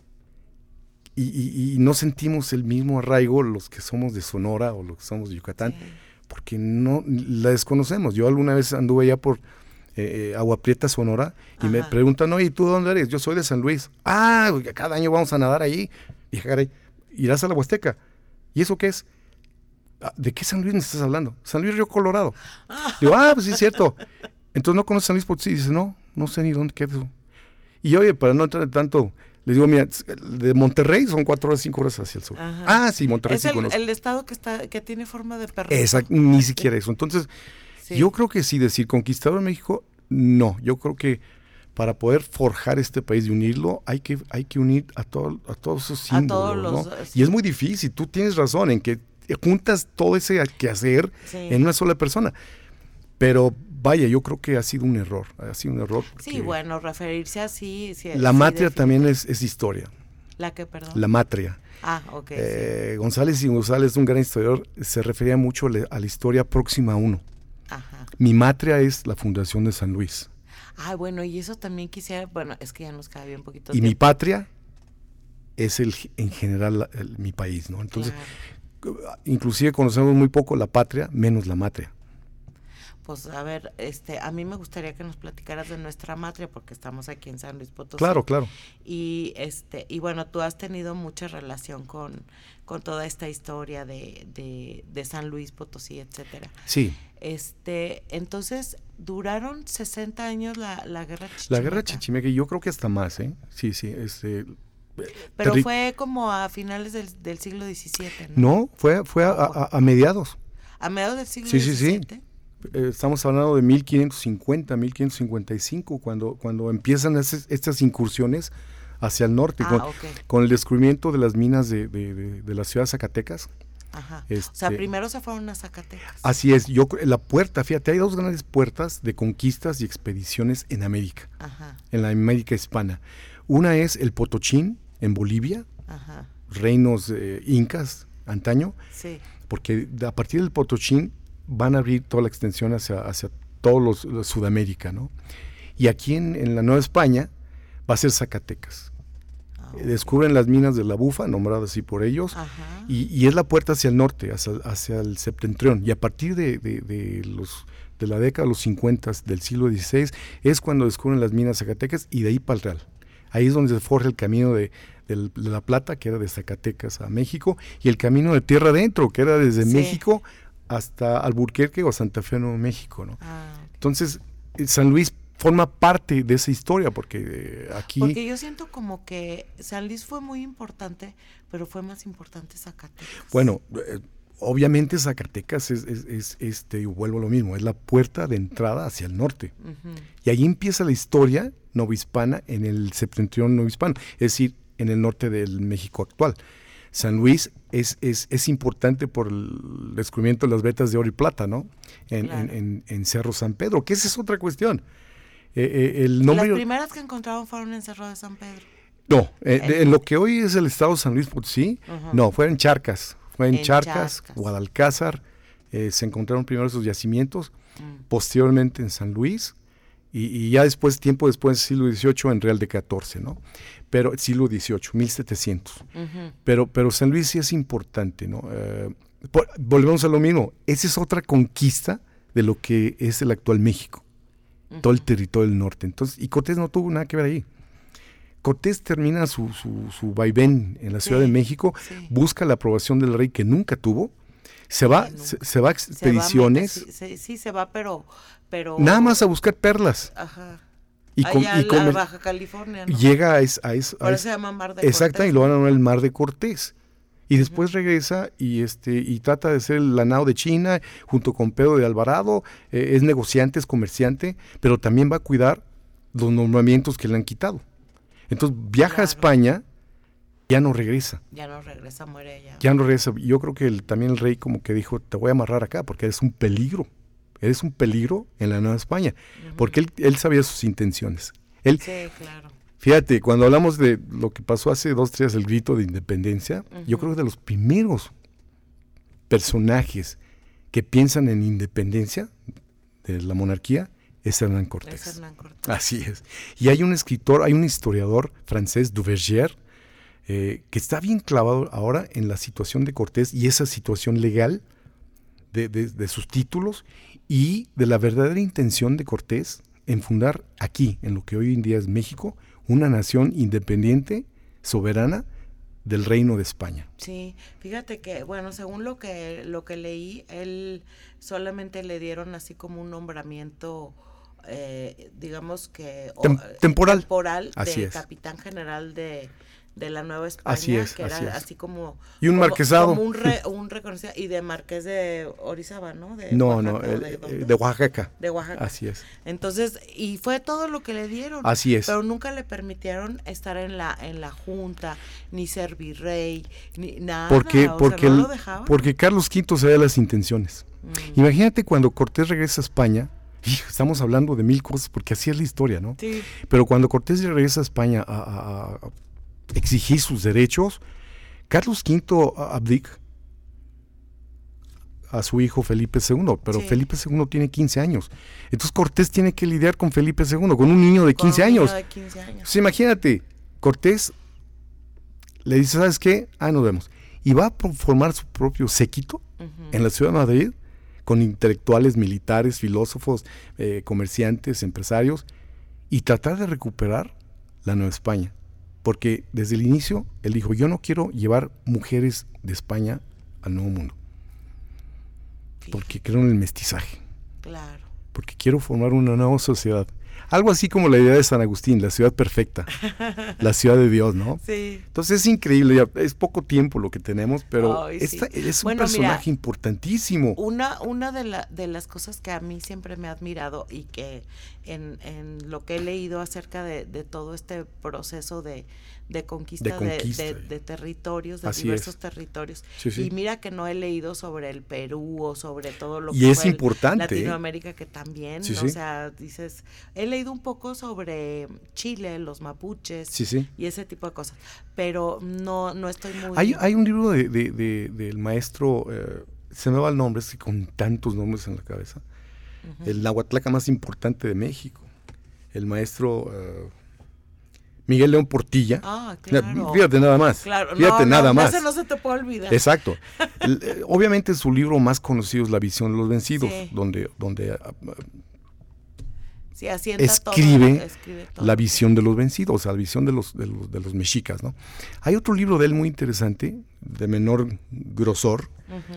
y no sentimos el mismo arraigo los que somos de Sonora o los que somos de Yucatán, sí, porque no la desconocemos. Yo alguna vez anduve allá por Agua Prieta, Sonora, y me preguntan, oye, ¿tú de dónde eres? Yo soy de San Luis. Cada año vamos a nadar allí. Y dije, caray, irás a la Huasteca. ¿Y eso qué es? ¿De qué San Luis me estás hablando? San Luis Río Colorado. Digo, pues sí es cierto. Entonces no conoces San Luis Potosí. Dice, no sé ni dónde queda eso. Y oye, para no entrar tanto, les digo, mira, de Monterrey son 4 horas, 5 horas hacia el sur. Sí, Monterrey es sí conozco. El estado que tiene forma de perro. Exacto, ni siquiera eso. Entonces, sí, yo creo que sí, decir conquistador de México, no. Yo creo que para poder forjar este país y unirlo, hay que unir a todos esos símbolos, ¿no? Sí. Y es muy difícil. Tú tienes razón en que juntas todo ese quehacer, sí, en una sola persona. Pero vaya, yo creo que ha sido un error. Sí, bueno, referirse así. Sí, la matria también es historia. ¿La qué, perdón? La matria. Ok. Sí. González y González, un gran historiador, se refería mucho a la historia próxima a uno. Ajá. Mi matria es la fundación de San Luis. Bueno, y eso también quisiera, bueno, es que ya nos cabe un poquito. Y mi patria es en general mi país, ¿no? Entonces, claro, inclusive conocemos muy poco la patria, menos la matria. Pues a ver, a mí me gustaría que nos platicaras de nuestra matria, porque estamos aquí en San Luis Potosí. Claro. Y bueno, tú has tenido mucha relación con toda esta historia de San Luis Potosí, etcétera. Sí. Entonces, duraron 60 años la guerra chichimeca. La guerra chichimeca, yo creo que hasta más, ¿eh? Sí. Pero fue como a finales del siglo XVII, ¿no? No, fue a mediados. ¿A mediados del siglo XVII? Sí. Estamos hablando de 1550, 1555, cuando empiezan estas incursiones hacia el norte, con el descubrimiento de las minas de la ciudad de Zacatecas. Ajá. O sea, primero se fueron a Zacatecas. Así es. La puerta, fíjate, hay 2 grandes puertas de conquistas y expediciones en América, en la América hispana. Una es el Potochín, en Bolivia, reinos incas, antaño, sí, porque a partir del Potochín van a abrir toda la extensión hacia todos los Sudamérica, ¿no? Y aquí en la Nueva España va a ser Zacatecas. Descubren las minas de la Bufa, nombradas así por ellos, y es la puerta hacia el norte, hacia el septentrión. Y a partir de la década de los 50 del siglo XVI es cuando descubren las minas Zacatecas, y de ahí para el Real. Ahí es donde se forja el camino de la plata, que era de Zacatecas a México, y el camino de tierra adentro, que era desde México hasta Alburquerque o Santa Fe, Nuevo México, ¿no? Entonces, San Luis forma parte de esa historia, porque aquí... Porque yo siento como que San Luis fue muy importante, pero fue más importante Zacatecas. Bueno, obviamente Zacatecas vuelvo a lo mismo, es la puerta de entrada hacia el norte. Y ahí empieza la historia novohispana en el septentrión novohispano, es decir, en el norte del México actual. San Luis es importante por el descubrimiento de las vetas de oro y plata, ¿no? En Cerro San Pedro, que esa es otra cuestión. El nombre... Las primeras que encontraron fueron en Cerro de San Pedro. No, en lo que hoy es el estado de San Luis Potosí, no, fue en Charcas. Fue en Charcas, Guadalcázar, se encontraron primero esos yacimientos, posteriormente en San Luis, y ya después, tiempo después, siglo XVIII, en Real de 14, ¿no? Pero siglo XVIII, 1700. Pero San Luis sí es importante, ¿no? Volvemos a lo mismo, esa es otra conquista de lo que es el actual México, todo el territorio del norte. Entonces, y Cortés no tuvo nada que ver ahí. Cortés termina su vaivén en la Ciudad de México, busca la aprobación del rey que nunca tuvo, se va a expediciones. Se va, pero nada más a buscar perlas. Ajá. Y a Baja California, ¿no? Llega a por eso se llama Mar de Cortés. Exacto, y lo van a llamar el Mar de Cortés. Y después regresa y trata de ser la nao de China, junto con Pedro de Alvarado, es negociante, es comerciante, pero también va a cuidar los nombramientos que le han quitado. Entonces viaja a España, ya no regresa. Muere allá. Ya no regresa. Yo creo que también el rey como que dijo, te voy a amarrar acá porque eres un peligro. Eres un peligro en la Nueva España. Porque él sabía sus intenciones. Sí, claro. Fíjate, cuando hablamos de lo que pasó hace 2 días, el grito de independencia, yo creo que de los primeros personajes que piensan en independencia de la monarquía, es Hernán Cortés. Así es. Y hay un escritor, hay un historiador francés, Duverger, que está bien clavado ahora en la situación de Cortés y esa situación legal de sus títulos y de la verdadera intención de Cortés en fundar aquí, en lo que hoy en día es México, una nación independiente, soberana del Reino de España. Sí, fíjate que, bueno, según lo que leí, él solamente le dieron así como un nombramiento, digamos que temporal de capitán general de la Nueva España, que era así como... Y un marquesado. Como un reconocido, y de Marqués de Orizaba, ¿no? De Oaxaca. De Oaxaca. Así es. Entonces, y fue todo lo que le dieron. Así es. Pero nunca le permitieron estar en la junta, ni ser virrey, ni nada. Porque no lo dejaban. Porque Carlos V sabía las intenciones. Imagínate cuando Cortés regresa a España, estamos hablando de 1000 cosas, porque así es la historia, ¿no? Sí. Pero cuando Cortés regresa a España a exigir sus derechos, Carlos V abdica a su hijo Felipe II, pero Felipe II tiene 15 años. Entonces Cortés tiene que lidiar con Felipe II, con un niño de 15 años. Entonces imagínate, Cortés le dice, ¿sabes qué? Nos vemos. Y va a formar su propio séquito en la ciudad de Madrid, con intelectuales, militares, filósofos, comerciantes, empresarios, y tratar de recuperar la Nueva España. Porque desde el inicio él dijo, yo no quiero llevar mujeres de España al Nuevo Mundo. Porque creo en el mestizaje. Claro. Porque quiero formar una nueva sociedad. Algo así como la idea de San Agustín, la ciudad perfecta, la ciudad de Dios, ¿no? Sí. Entonces es increíble, ya es poco tiempo lo que tenemos, pero es un personaje mira, importantísimo. Una de las cosas que a mí siempre me ha admirado y que en lo que he leído acerca de todo este proceso de conquista de territorios, de diversos territorios. Sí. Y mira que no he leído sobre el Perú o sobre todo lo que y es fue importante, Latinoamérica, que también, o sea, dices, he leído un poco sobre Chile, los mapuches y ese tipo de cosas, pero no estoy muy... Hay un libro del maestro, se me va el nombre, es que con tantos nombres en la cabeza, el nahuatlaca más importante de México, el maestro... Miguel León Portilla. Claro. Fíjate nada más. Claro. Nada más. Ese no se te puede olvidar. Exacto. Obviamente su libro más conocido es La visión de los vencidos, donde escribe todo. La visión de los vencidos, o sea, la visión de los mexicas, ¿no? Hay otro libro de él muy interesante, de menor grosor,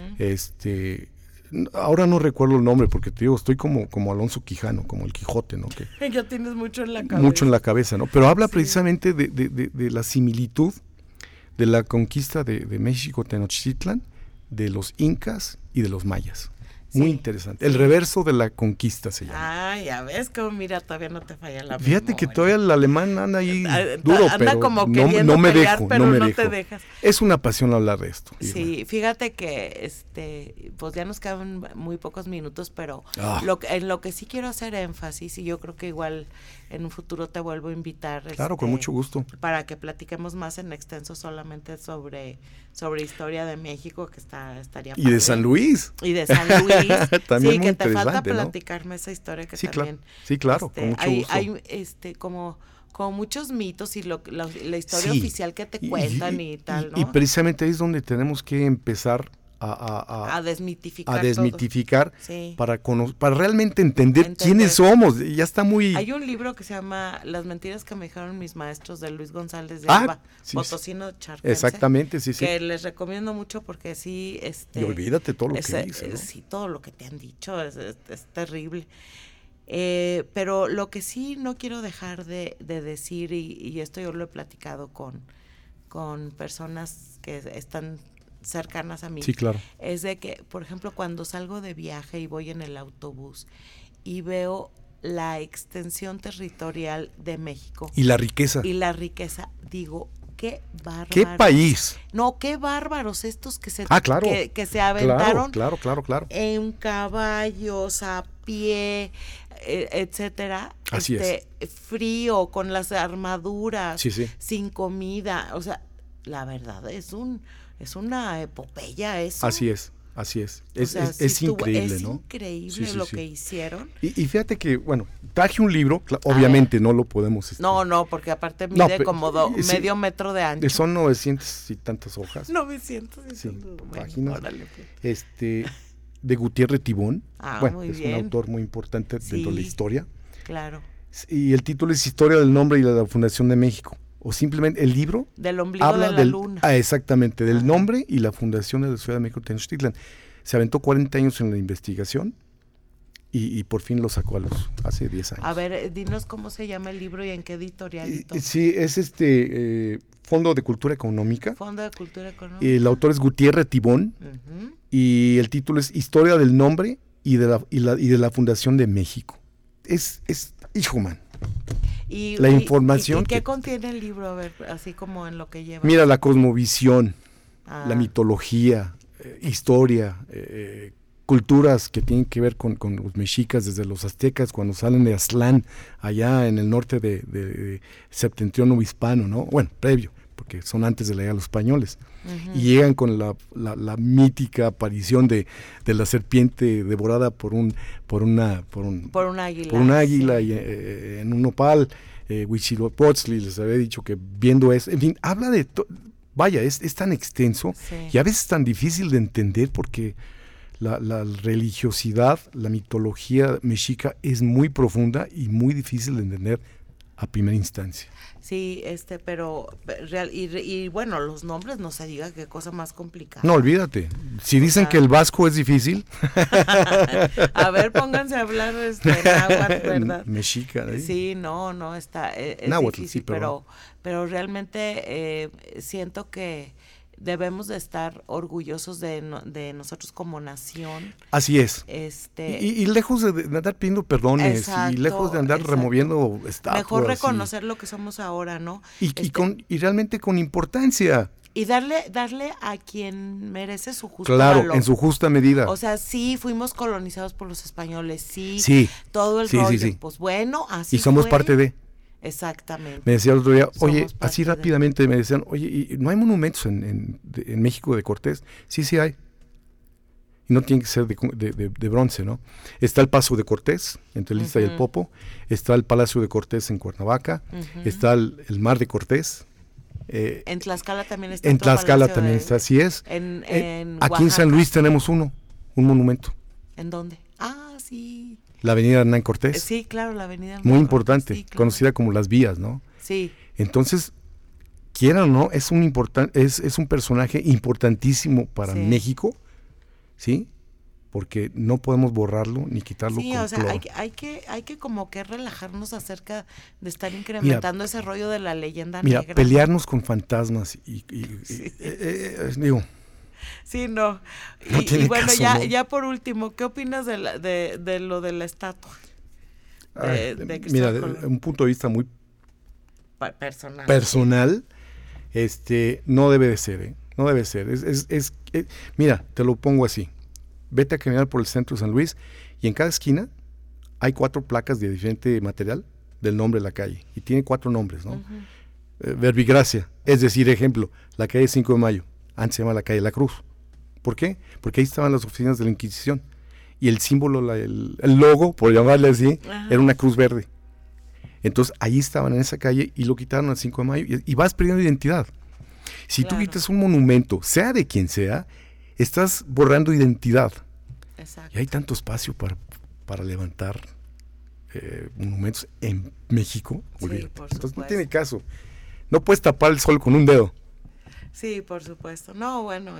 ahora no recuerdo el nombre porque te digo, estoy como Alonso Quijano, como el Quijote, ¿no? Que ya tienes mucho en la cabeza. Mucho en la cabeza, ¿no? Pero habla precisamente de la similitud de la conquista de México Tenochtitlan, de los incas y de los mayas. Muy interesante. El reverso de la conquista se llama. Ah, ya ves, como mira, todavía no te falla la Fíjate memoria. que todavía el alemán anda ahí duro, anda pero como no me pelear, dejo, pero no me no dejo. te dejas. Es una pasión hablar de esto. Sí, Irma. fíjate que pues ya nos quedan muy pocos minutos, pero en lo que sí quiero hacer énfasis, y yo creo que igual en un futuro te vuelvo a invitar. Claro, con mucho gusto. Para que platiquemos más en extenso solamente sobre historia de México, que estaría padre. Y de San Luis. Y de San Luis. También sí, muy que te falta ¿no? platicarme esa historia que también. Sí, claro, con mucho gusto. Hay como muchos mitos y la historia oficial que te cuentan y tal, ¿no? Y precisamente ahí es donde tenemos que empezar a desmitificar sí. para realmente entender quiénes somos. Ya está muy... Hay un libro que se llama Las mentiras que me dijeron mis maestros, de Luis González de Alba, potosino charquense. Exactamente, sí. Que les recomiendo mucho porque sí... y olvídate todo lo que dice, ¿no? Sí, todo lo que te han dicho es terrible. Pero lo que sí no quiero dejar de decir, y esto yo lo he platicado con personas que están cercanas a mí, sí, claro. es de que, por ejemplo, cuando salgo de viaje y voy en el autobús y veo la extensión territorial de México y la riqueza, digo, qué bárbaros. ¡Qué país! No, qué bárbaros estos que se claro, que se aventaron claro. En caballos, a pie, etcétera. Así es. Frío, con las armaduras, sí. sin comida. O sea, la verdad es una epopeya eso. Así es. Es increíble, ¿no? Es increíble lo que hicieron. Y fíjate que, bueno, traje un libro, obviamente no lo podemos... No, porque aparte mide como medio metro de ancho. Son 900 y tantas hojas. 900 y páginas. Órale, pues. De Gutiérrez Tibón. Muy es bien. un autor muy importante dentro de la historia. Claro. Y el título es Historia del Nombre y de la Fundación de México. O simplemente el libro del ombligo habla de la luna. Exactamente, del nombre y la fundación de la Ciudad de México Tenochtitlan. Se aventó 40 años en la investigación y por fin lo sacó hace 10 años. A ver, dinos cómo se llama el libro y en qué editorial. Sí, es Fondo de Cultura Económica. Fondo de Cultura Económica. El autor es Gutiérrez Tibón y el título es Historia del Nombre y de la Fundación de México. Hijo, man. La información. ¿Y qué contiene el libro? A ver, así como en lo que lleva. Mira, la cosmovisión, la mitología, historia, culturas que tienen que ver con los mexicas, desde los aztecas, cuando salen de Aztlán, allá en el norte de septentrión hispano, ¿no? Bueno, previo, porque son antes de la llegada de los españoles. Y llegan con la mítica aparición de la serpiente devorada por un águila. Por un águila sí. En un nopal. Huitzilopochtli les había dicho que viendo eso, en fin, habla de vaya, es tan extenso y a veces tan difícil de entender porque la religiosidad, la mitología mexica es muy profunda y muy difícil de entender a primera instancia. Sí, pero y bueno, los nombres no se diga qué cosa más complicada. No, olvídate. Si dicen que el vasco es difícil. A ver, pónganse a hablar náhuatl, ¿verdad? Mexica. Sí, no, es náhuatl, difícil, sí, pero realmente siento que debemos de estar orgullosos de nosotros como nación. Así es. Y lejos de andar pidiendo perdones, y lejos de andar removiendo estatuas. Mejor reconocer lo que somos ahora, ¿no? Y realmente con importancia. Y darle a quien merece su justo valor. En su justa medida. O sea, sí, fuimos colonizados por los españoles, sí. Todo el rollo. Sí. Pues bueno, así y somos parte de... Exactamente. Me decía el otro día, oye, así rápidamente me decían, oye, ¿y no hay monumentos en México de Cortés? Sí hay. Y no tiene que ser de bronce, ¿no? Está el Paso de Cortés, entre el Ixtla y el Popo. Está el Palacio de Cortés en Cuernavaca. Está el Mar de Cortés. En Tlaxcala también está. En Tlaxcala también está, así es. Aquí en San Luis tenemos un monumento. ¿En dónde? Ah, sí. La avenida Hernán Cortés. Sí, claro, la avenida Hernán Muy importante, Cortés, sí, claro. Conocida como Las Vías, ¿no? Sí. Entonces, quieran o no, es un personaje importantísimo para México, ¿sí? Porque no podemos borrarlo ni quitarlo. Sí, o sea, hay que como que relajarnos acerca de estar incrementando ese rollo de la leyenda negra. Pelearnos con fantasmas digo... Sí, no. tiene y bueno, caso, ya por último, ¿qué opinas de lo de la estatua? Mira, de un punto de vista muy personal, no debe de ser, no debe ser. Mira, te lo pongo así. Vete a caminar por el centro de San Luis y en cada esquina hay 4 placas de diferente material del nombre de la calle. Y tiene 4 nombres, ¿no? Verbigracia, es decir, ejemplo, la calle 5 de Mayo, antes se llama la calle La Cruz. ¿Por qué? Porque ahí estaban las oficinas de la Inquisición. Y el símbolo, el logo, por llamarle así, era una cruz verde. Entonces, ahí estaban en esa calle y lo quitaron al 5 de mayo y vas perdiendo identidad. Si tú quitas un monumento, sea de quien sea, estás borrando identidad. Exacto. Y hay tanto espacio para levantar monumentos en México. Sí, entonces, no tiene caso. No puedes tapar el sol con un dedo. Sí, por supuesto. No, bueno,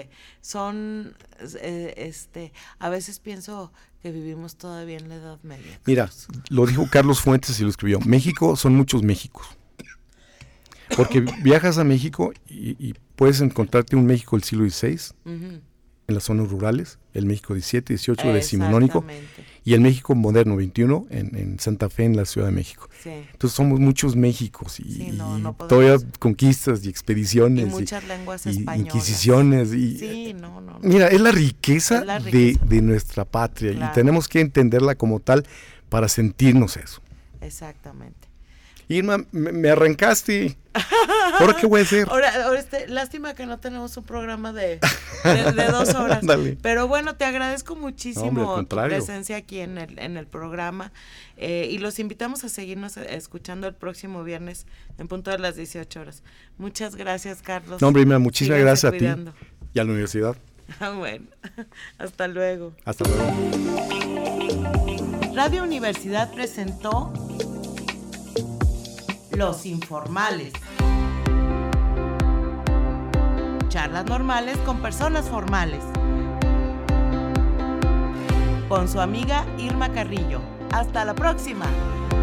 a veces pienso que vivimos todavía en la Edad Media. Mira, lo dijo Carlos Fuentes y lo escribió. México son muchos Méxicos. Porque viajas a México y puedes encontrarte un México del siglo XVI, en las zonas rurales, el México XVII, XVIII decimonónico, y el México moderno, XXI, en Santa Fe, en la Ciudad de México. Sí. Entonces somos muchos Méxicos y todavía conquistas y expediciones. Y muchas lenguas españolas. Inquisiciones. Mira, es la riqueza, de nuestra patria, claro. Y tenemos que entenderla como tal para sentirnos eso. Exactamente. Irma, me arrancaste. ¿Ahora qué voy a hacer? Ahora lástima que no tenemos un programa de 2 horas. Pero bueno, te agradezco muchísimo tu presencia aquí en el programa. Y los invitamos a seguirnos escuchando el próximo viernes en punto de las 18 horas. Muchas gracias, Carlos. No, hombre, Irma, muchísimas gracias a ti y a la universidad. Bueno, hasta luego. Hasta luego. Radio Universidad presentó Los Informales. Charlas normales con personas formales. Con su amiga Irma Carrillo. Hasta la próxima.